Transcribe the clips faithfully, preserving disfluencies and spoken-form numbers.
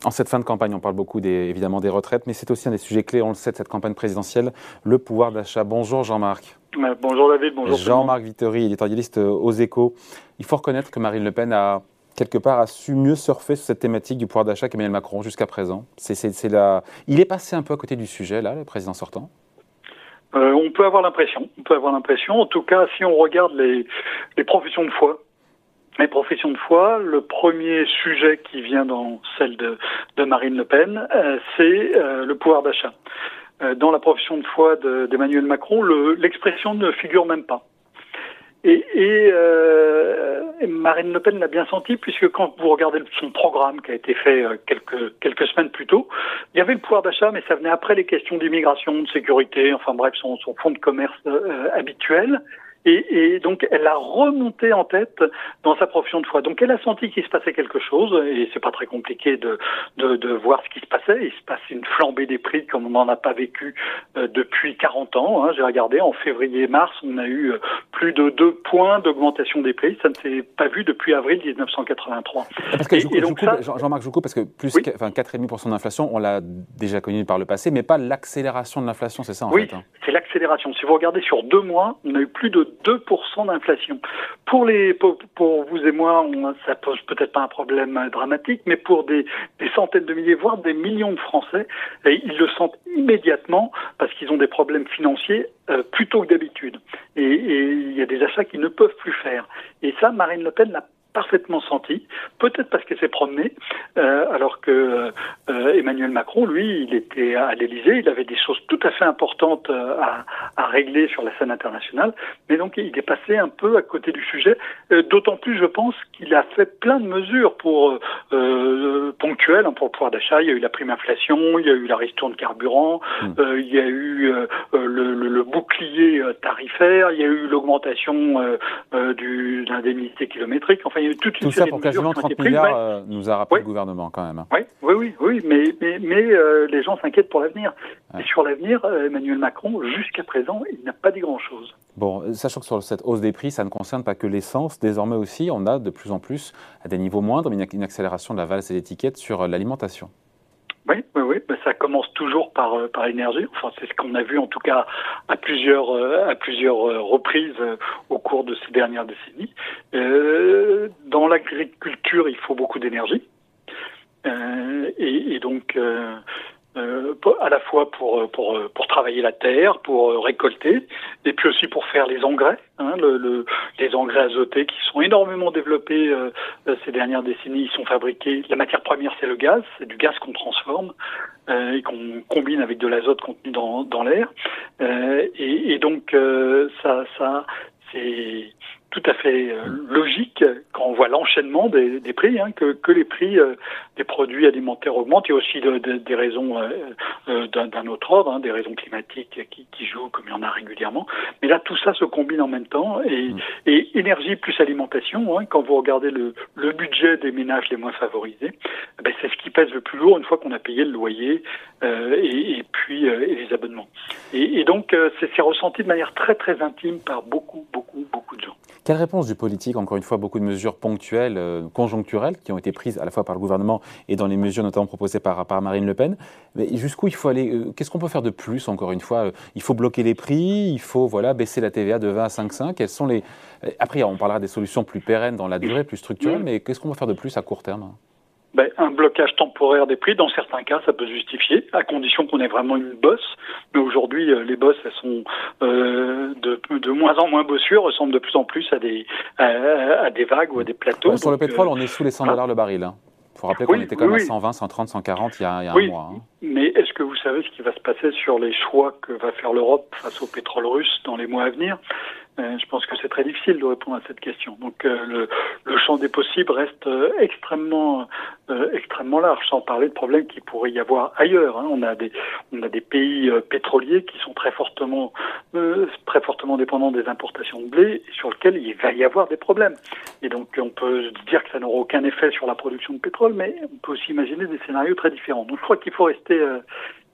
En cette fin de campagne, on parle beaucoup des, évidemment des retraites, mais c'est aussi un des sujets clés, on le sait, de cette campagne présidentielle, le pouvoir d'achat. Bonjour Jean-Marc. Euh, bonjour David, bonjour Jean-Marc Vittori, éditorialiste aux Échos. Il faut reconnaître que Marine Le Pen a, quelque part, a su mieux surfer sur cette thématique du pouvoir d'achat qu'Emmanuel Macron jusqu'à présent. C'est, c'est, c'est la... Il est passé un peu à côté du sujet, là, le président sortant. Euh, on peut avoir l'impression, on peut avoir l'impression. En tout cas, si on regarde les, les professions de foi, les professions de foi, le premier sujet qui vient dans celle de, de Marine Le Pen, euh, c'est euh, le pouvoir d'achat. Euh, dans la profession de foi de, d'Emmanuel Macron, le, l'expression ne figure même pas. Et, et euh, Marine Le Pen l'a bien senti, puisque quand vous regardez son programme qui a été fait euh, quelques quelques semaines plus tôt, il y avait le pouvoir d'achat, mais ça venait après les questions d'immigration, de sécurité, enfin bref, son, son fonds de commerce euh, habituel. Et, et donc, elle a remonté en tête dans sa profession de foi. Donc, elle a senti qu'il se passait quelque chose, et c'est pas très compliqué de, de, de voir ce qui se passait. Il se passe une flambée des prix comme on n'en a pas vécu euh, depuis quarante ans. Hein. J'ai regardé, en février-mars, on a eu euh, plus de deux points d'augmentation des prix. Ça ne s'est pas vu depuis avril dix-neuf cent quatre-vingt-trois. Parce que et, je, et donc je coupe, ça, Jean-Marc, je vous coupe parce que plus, oui. enfin, quatre virgule cinq pour cent d'inflation, on l'a déjà connu par le passé, mais pas l'accélération de l'inflation, c'est ça en oui, fait hein. C'est l'accélération. Si vous regardez sur deux mois, on a eu plus de deux pour cent d'inflation. Pour les, pour, pour vous et moi, on, ça pose peut-être pas un problème dramatique, mais pour des, des centaines de milliers, voire des millions de Français, et ils le sentent immédiatement parce qu'ils ont des problèmes financiers euh, plus tôt que d'habitude. Et, et il y a des achats qu'ils ne peuvent plus faire. Et ça, Marine Le Pen l'a parfaitement senti, peut-être parce qu'elle s'est promenée, euh, alors que euh, Emmanuel Macron, lui, il était à l'Élysée, il avait des choses tout à fait importantes euh, à, à régler sur la scène internationale, mais donc il est passé un peu à côté du sujet, euh, d'autant plus, je pense, qu'il a fait plein de mesures pour euh, ponctuelles hein, pour le pouvoir d'achat. Il y a eu la prime inflation, il y a eu la ristourne carburant, mmh. euh, il y a eu euh, le, le, le bouclier tarifaire, il y a eu l'augmentation euh, euh, du, de l'indemnité kilométrique, enfin toute une Tout ça pour quasiment trente milliards, euh, nous a rappelé oui. le gouvernement quand même. Hein. Oui, oui, oui, oui, mais, mais, mais euh, les gens s'inquiètent pour l'avenir. Ouais. Et sur l'avenir, euh, Emmanuel Macron, jusqu'à présent, il n'a pas dit grand-chose. Bon, sachant que sur cette hausse des prix, ça ne concerne pas que l'essence. Désormais aussi, on a de plus en plus, à des niveaux moindres, une, une accélération de la valse et l'étiquette sur l'alimentation. Oui, oui, oui. Ben, ça commence toujours par euh, par l'énergie. Enfin, c'est ce qu'on a vu en tout cas à plusieurs euh, à plusieurs euh, reprises euh, au cours de ces dernières décennies. Euh, dans l'agriculture, il faut beaucoup d'énergie, euh, et, et donc euh, euh, à la fois pour pour pour travailler la terre, pour récolter, et puis aussi pour faire les engrais. Hein, le, le, les engrais azotés qui sont énormément développés euh, ces dernières décennies, ils sont fabriqués. La matière première, c'est le gaz, c'est du gaz qu'on transforme euh, et qu'on combine avec de l'azote contenu dans, dans l'air. Euh, et, et donc euh, ça, ça, c'est tout à fait euh, logique quand on voit l'enchaînement des, des prix, hein, que, que les prix euh, des produits alimentaires augmentent. Il y a aussi de, de, des raisons euh, euh, d'un, d'un autre ordre, hein, des raisons climatiques qui, qui jouent comme il y en a régulièrement. Mais là, tout ça se combine en même temps. Et, mmh. et énergie plus alimentation, hein, quand vous regardez le, le budget des ménages les moins favorisés, ben, c'est ce qui pèse le plus lourd une fois qu'on a payé le loyer euh, et, et puis euh, et les abonnements. Et, et donc, euh, c'est, c'est ressenti de manière très très intime par beaucoup, beaucoup, beaucoup de gens. Quelle réponse du politique? Encore une fois, beaucoup de mesures ponctuelles, euh, conjoncturelles, qui ont été prises à la fois par le gouvernement et dans les mesures notamment proposées par, par Marine Le Pen. Mais jusqu'où il faut aller? euh, Qu'est-ce qu'on peut faire de plus, encore une fois? Il faut bloquer les prix, il faut voilà, baisser la T V A de vingt à cinq virgule cinq. Quelles sont les... Après, on parlera des solutions plus pérennes dans la durée, plus structurelles, mais qu'est-ce qu'on peut faire de plus à court terme? Ben, un blocage temporaire des prix, dans certains cas, ça peut se justifier, à condition qu'on ait vraiment une bosse. Mais aujourd'hui, les bosses, elles sont euh, de, de moins en moins bossues, ressemblent de plus en plus à des, à, à des vagues ou à des plateaux. Ouais, sur donc, le pétrole, euh, on est sous les cent dollars le baril. Hein. Il faut rappeler oui, qu'on était quand même oui, à cent vingt, cent trente, cent quarante il y a, il y a oui, un mois. Hein. Mais est-ce que vous savez ce qui va se passer sur les choix que va faire l'Europe face au pétrole russe dans les mois à venir? Euh, je pense que c'est très difficile de répondre à cette question. Donc euh, le, le champ des possibles reste euh, extrêmement euh, extrêmement large, sans parler de problèmes qu'il pourrait y avoir ailleurs. Hein. On a des on a des pays euh, pétroliers qui sont très fortement euh, très fortement dépendants des importations de blé, sur lesquels il va y avoir des problèmes. Et donc on peut dire que ça n'aura aucun effet sur la production de pétrole, mais on peut aussi imaginer des scénarios très différents. Donc je crois qu'il faut rester euh,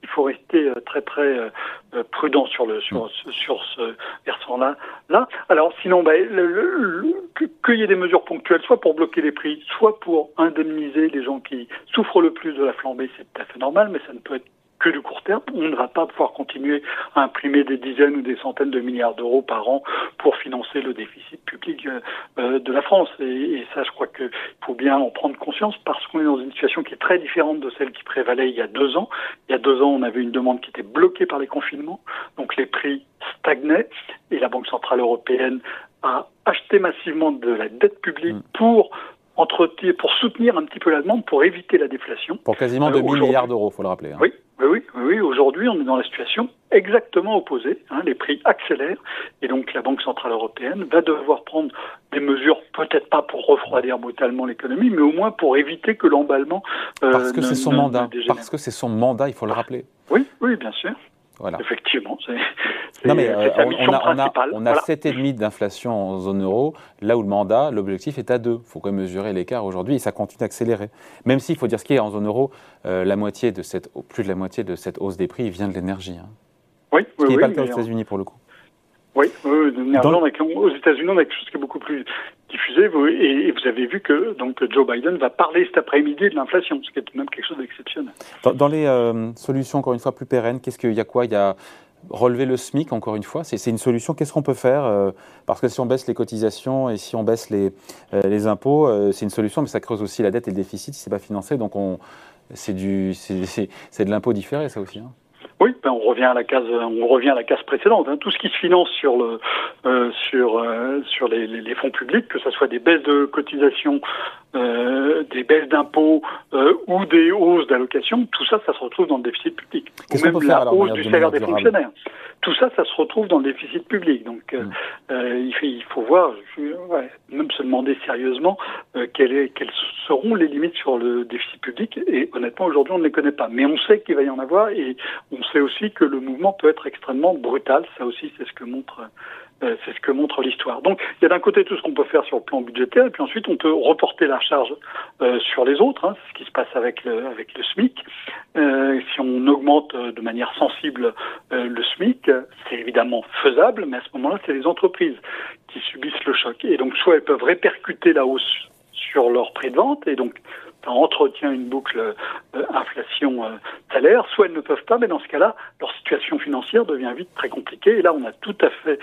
il faut rester euh, très très euh, prudent sur le sur mmh. sur ce versant-là. Là, alors sinon, bah, le, le, le, que, qu'il y ait des mesures ponctuelles, soit pour bloquer les prix, soit pour indemniser les gens qui souffrent le plus de la flambée, c'est tout à fait normal, mais ça ne peut être que du court terme. On ne va pas pouvoir continuer à imprimer des dizaines ou des centaines de milliards d'euros par an pour financer le déficit public euh, de la France. Et, et ça, je crois qu'il faut bien en prendre conscience parce qu'on est dans une situation qui est très différente de celle qui prévalait il y a deux ans. Il y a deux ans, on avait une demande qui était bloquée par les confinements, donc les prix stagnaient et la Banque centrale européenne a acheté massivement de la dette publique pour entretenir, pour soutenir un petit peu la demande, pour éviter la déflation. Pour quasiment deux mille milliards d'euros, il faut le rappeler. Hein. Oui. Oui, oui, oui. Aujourd'hui, on est dans la situation exactement opposée. Hein, les prix accélèrent et donc la Banque centrale européenne va devoir prendre des mesures, peut-être pas pour refroidir brutalement l'économie, mais au moins pour éviter que l'emballement euh, Parce que ne, c'est son ne, mandat. Ne Parce que c'est son mandat, il faut le rappeler. Oui, oui, bien sûr. Voilà. Effectivement, c'est, c'est, non mais euh, c'est sa mission on a, on a, principale. on a sept virgule cinq d'inflation en zone euro, là où le mandat, l'objectif est à deux. Il faut quand même mesurer l'écart aujourd'hui et ça continue d'accélérer. Même s'il faut dire ce qui est en zone euro, euh, la moitié de cette, plus de la moitié de cette hausse des prix vient de l'énergie. Hein. Oui, ce qui n'est oui, pas oui, le cas aux États-Unis pour le coup. Oui, oui, Dans... aux États-Unis, on a quelque chose qui est beaucoup plus diffusé, et, et vous avez vu que donc Joe Biden va parler cet après-midi de l'inflation, ce qui est tout de même quelque chose d'exceptionnel. Dans, dans les euh, solutions, encore une fois, plus pérennes, qu'est-ce qu'il y a quoi? Il y a relever le SMIC, encore une fois, c'est, c'est une solution. Qu'est-ce qu'on peut faire euh, parce que si on baisse les cotisations et si on baisse les, euh, les impôts, euh, c'est une solution, mais ça creuse aussi la dette et le déficit si c'est pas financé. Donc on, c'est, du, c'est, c'est, c'est de l'impôt différé, ça aussi. Hein. Oui, ben on revient à la case, on revient à la case précédente. Hein. Tout ce qui se finance sur le, euh, sur euh, sur les, les, les fonds publics, que ce soit des baisses de cotisations, euh, des baisses d'impôts euh, ou des hausses d'allocations, tout ça, ça se retrouve dans le déficit public. Qu'est-ce ou même qu'on peut faire, la alors, hausse du salaire des durable. fonctionnaires. Tout ça, ça se retrouve dans le déficit public. Donc, euh, mmh. euh, il, faut, il faut voir, ouais, même se demander sérieusement euh, quelles, est, quelles seront les limites sur le déficit public. Et honnêtement, aujourd'hui, on ne les connaît pas. Mais on sait qu'il va y en avoir et on sait aussi que le mouvement peut être extrêmement brutal. Ça aussi, c'est ce que montre, euh, c'est ce que montre l'histoire. Donc, il y a d'un côté tout ce qu'on peut faire sur le plan budgétaire, et puis ensuite, on peut reporter la charge euh, sur les autres. Hein, c'est ce qui se passe avec le, avec le SMIC. Euh, si on augmente de manière sensible euh, le SMIC, c'est évidemment faisable, mais à ce moment-là, c'est les entreprises qui subissent le choc. Et donc, soit elles peuvent répercuter la hausse sur leur prix de vente, et donc ça entretient une boucle euh, inflation-salaire, euh, soit elles ne peuvent pas, mais dans ce cas-là, leur situation financière devient vite très compliquée. Et là, on a tout à fait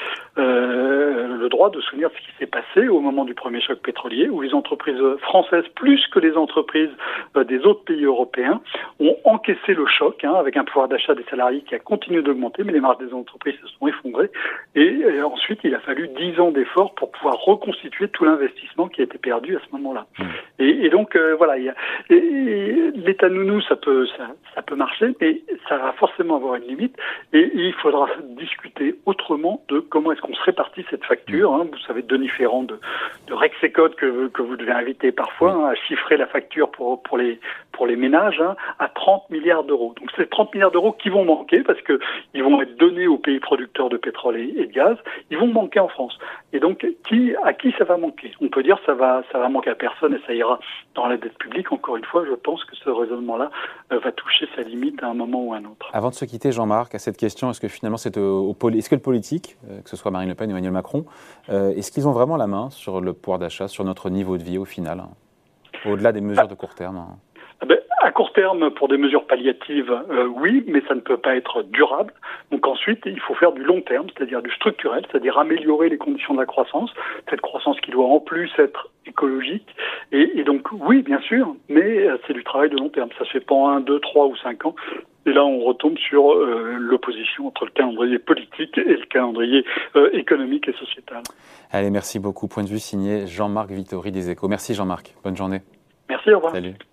euh, le droit de se souvenir de ce qui s'est passé au moment du premier choc pétrolier, où les entreprises françaises, plus que les entreprises euh, des autres pays européens, ont encaissé le choc, hein, avec un pouvoir d'achat des salariés qui a continué d'augmenter, mais les marges des entreprises se sont effondrées. Et, et ensuite, il a fallu dix ans d'efforts pour pouvoir reconstituer tout l'investissement qui a été perdu à ce moment-là. Mmh. Et, et donc, euh, voilà, il y a Et, et l'État nounou, ça peut, ça, ça peut marcher, mais ça va forcément avoir une limite. Et, et il faudra discuter autrement de comment est-ce qu'on se répartit cette facture. Hein. Vous savez, Denis Ferrand de, de Rexecode que, que vous devez inviter parfois, hein, à chiffrer la facture pour, pour, les, pour les ménages, hein, à trente milliards d'euros. Donc c'est trente milliards d'euros qui vont manquer parce que ils vont être donnés aux pays producteurs de pétrole et, et de gaz. Ils vont manquer en France. Et donc, qui, à qui ça va manquer? On peut dire ça va, ça va manquer à personne et ça ira dans la dette publique. Encore une fois, je pense que ce raisonnement-là euh, va toucher sa limite à un moment ou à un autre. Avant de se quitter, Jean-Marc, à cette question, est-ce que finalement, c'est au, au, est-ce que le politique, euh, que ce soit Marine Le Pen ou Emmanuel Macron, euh, est-ce qu'ils ont vraiment la main sur le pouvoir d'achat, sur notre niveau de vie au final, hein, au-delà des mesures ah. de court terme hein. Ben, à court terme, pour des mesures palliatives, euh, oui, mais ça ne peut pas être durable. Donc ensuite, il faut faire du long terme, c'est-à-dire du structurel, c'est-à-dire améliorer les conditions de la croissance, cette croissance qui doit en plus être écologique. Et, et donc, oui, bien sûr, mais euh, c'est du travail de long terme. Ça se fait pas en un, deux, trois ou cinq ans. Et là, on retombe sur euh, l'opposition entre le calendrier politique et le calendrier euh, économique et sociétal. Allez, merci beaucoup. Point de vue signé Jean-Marc Vittori des Échos. Merci Jean-Marc. Bonne journée. Merci, au revoir. Salut.